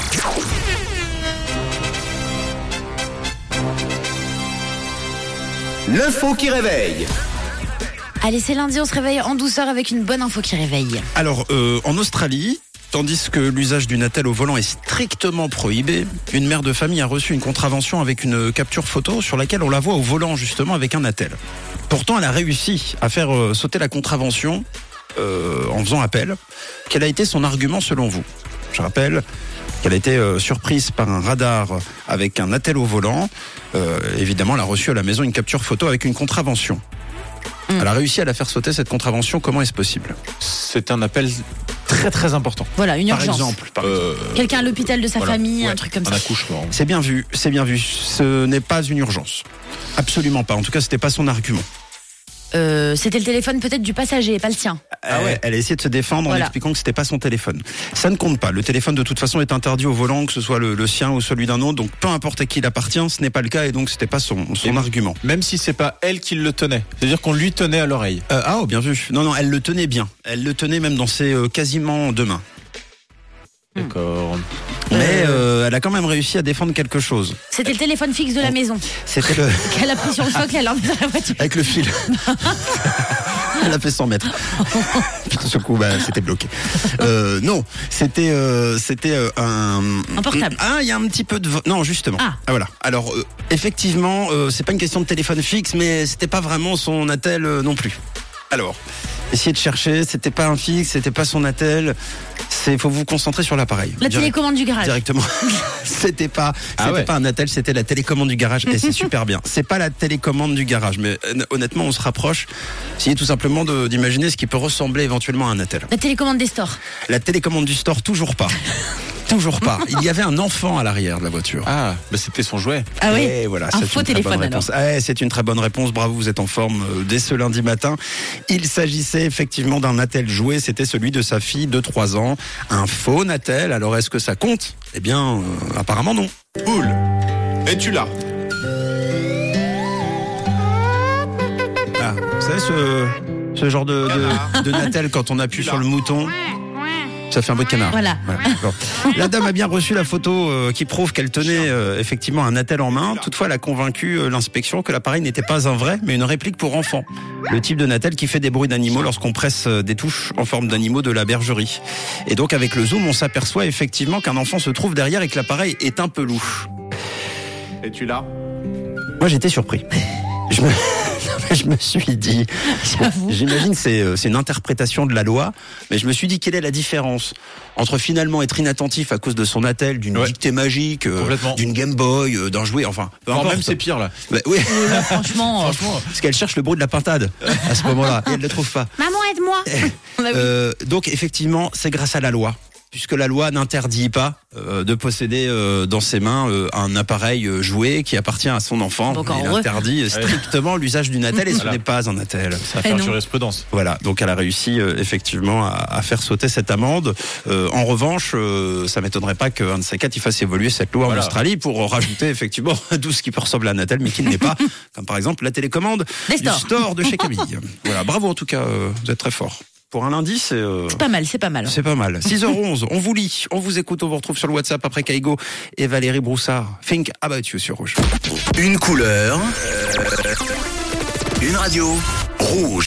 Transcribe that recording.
L'info qui réveille. Allez, c'est lundi, on se réveille en douceur avec une bonne info qui réveille. Alors, en Australie, tandis que l'usage du Natel au volant est strictement prohibé, une mère de famille a reçu une contravention avec une capture photo sur laquelle on la voit au volant justement avec un Natel. Pourtant, elle a réussi à faire sauter la contravention en faisant appel. Quel a été son argument selon vous ? Je rappelle qu'elle a été surprise par un radar avec un Natel au volant. Évidemment, elle a reçu à la maison une capture photo avec une contravention. Elle a réussi à la faire sauter, cette contravention. Comment est-ce possible ? C'est un appel très très important. Voilà, une Par urgence. exemple. Quelqu'un à l'hôpital de sa Voilà. famille, Ouais, un truc comme un ça. accouchement. C'est bien vu, c'est bien vu. Ce n'est pas une urgence. Absolument pas. En tout cas, c'était pas son argument. C'était le téléphone peut-être du passager, pas le tien. Elle a essayé de se défendre en Voilà. expliquant que c'était pas son téléphone. Ça ne compte pas. Le téléphone de toute façon est interdit au volant, que ce soit le sien ou celui d'un autre. Donc peu importe à qui il appartient, ce n'est pas le cas et donc c'était pas son argument. Même si c'est pas elle qui le tenait, c'est-à-dire qu'on lui tenait à l'oreille. Bien vu. Non, elle le tenait bien. Elle le tenait même dans ses quasiment deux mains. D'accord. Mais elle a quand même réussi à défendre quelque chose. C'était le téléphone fixe de la maison. C'était le... Qu'elle a pris sur le socle, elle l'a emmené dans la voiture. avec le fil. Elle a fait 100 mètres. Puis tout ce coup, c'était bloqué. Non, c'était un portable. Ah, il y a un petit peu de non, justement. Ah. Voilà. Alors effectivement, c'est pas une question de téléphone fixe, mais c'était pas vraiment son Natel non plus. Alors, essayez de chercher. C'était pas un fixe, c'était pas son Natel. Faut vous concentrer sur l'appareil. La télécommande du garage. Directement. C'était pas un Natel, c'était la télécommande du garage. Et c'est super bien. C'est pas la télécommande du garage, mais honnêtement, on se rapproche. Essayez tout simplement d'imaginer ce qui peut ressembler éventuellement à un Natel. La télécommande des stores. La télécommande du store, toujours pas. Toujours pas. Il y avait un enfant à l'arrière de la voiture. Ah, c'était son jouet. Ah oui. Et voilà, Un c'est faux une très téléphone, bonne réponse. C'est une très bonne réponse. Bravo, vous êtes en forme dès ce lundi matin. Il s'agissait effectivement d'un Natel jouet. C'était celui de sa fille de 3 ans. Un faux Natel. Alors, est-ce que ça compte ? Eh bien, apparemment non. Poule, es-tu là ? Ah, vous savez, ce genre de Natel, quand on appuie sur le mouton, ça fait un bruit de canard. Voilà. Bon. La dame a bien reçu la photo qui prouve qu'elle tenait effectivement un Natel en main. Toutefois, elle a convaincu l'inspection que l'appareil n'était pas un vrai, mais une réplique pour enfants. Le type de Natel qui fait des bruits d'animaux lorsqu'on presse des touches en forme d'animaux de la bergerie. Et donc, avec le zoom, on s'aperçoit effectivement qu'un enfant se trouve derrière et que l'appareil est un peu louche. Es-tu là ? Moi, j'étais surpris. Je me suis dit, j'imagine c'est une interprétation de la loi, mais je me suis dit quelle est la différence entre finalement être inattentif à cause de son Natel, d'une dictée magique, d'une Game Boy, d'un jouet, enfin. Même c'est pire là. Oui. Là, franchement. Parce qu'elle cherche le bruit de la pintade à ce moment-là et elle ne le trouve pas. Maman, aide-moi. Donc effectivement, c'est grâce à la loi. Puisque la loi n'interdit pas de posséder dans ses mains un appareil jouet qui appartient à son enfant. Il interdit strictement l'usage du Natel et ce n'est pas un Natel. Ça va faire jurisprudence. Voilà, donc elle a réussi effectivement à faire sauter cette amende. En revanche, ça m'étonnerait pas qu'un de ces quatre il fasse évoluer cette loi en Australie pour rajouter effectivement tout ce qui peut ressembler à un Natel mais qui ne l'est pas, comme par exemple la télécommande du store de chez Camille. Voilà, bravo en tout cas, vous êtes très fort. Pour un lundi, c'est pas mal, c'est pas mal. C'est pas mal. 6h11, on vous lit, on vous écoute, on vous retrouve sur le WhatsApp après Kaigo et Valérie Broussard. Think about you sur Rouge. Une couleur, une radio, Rouge.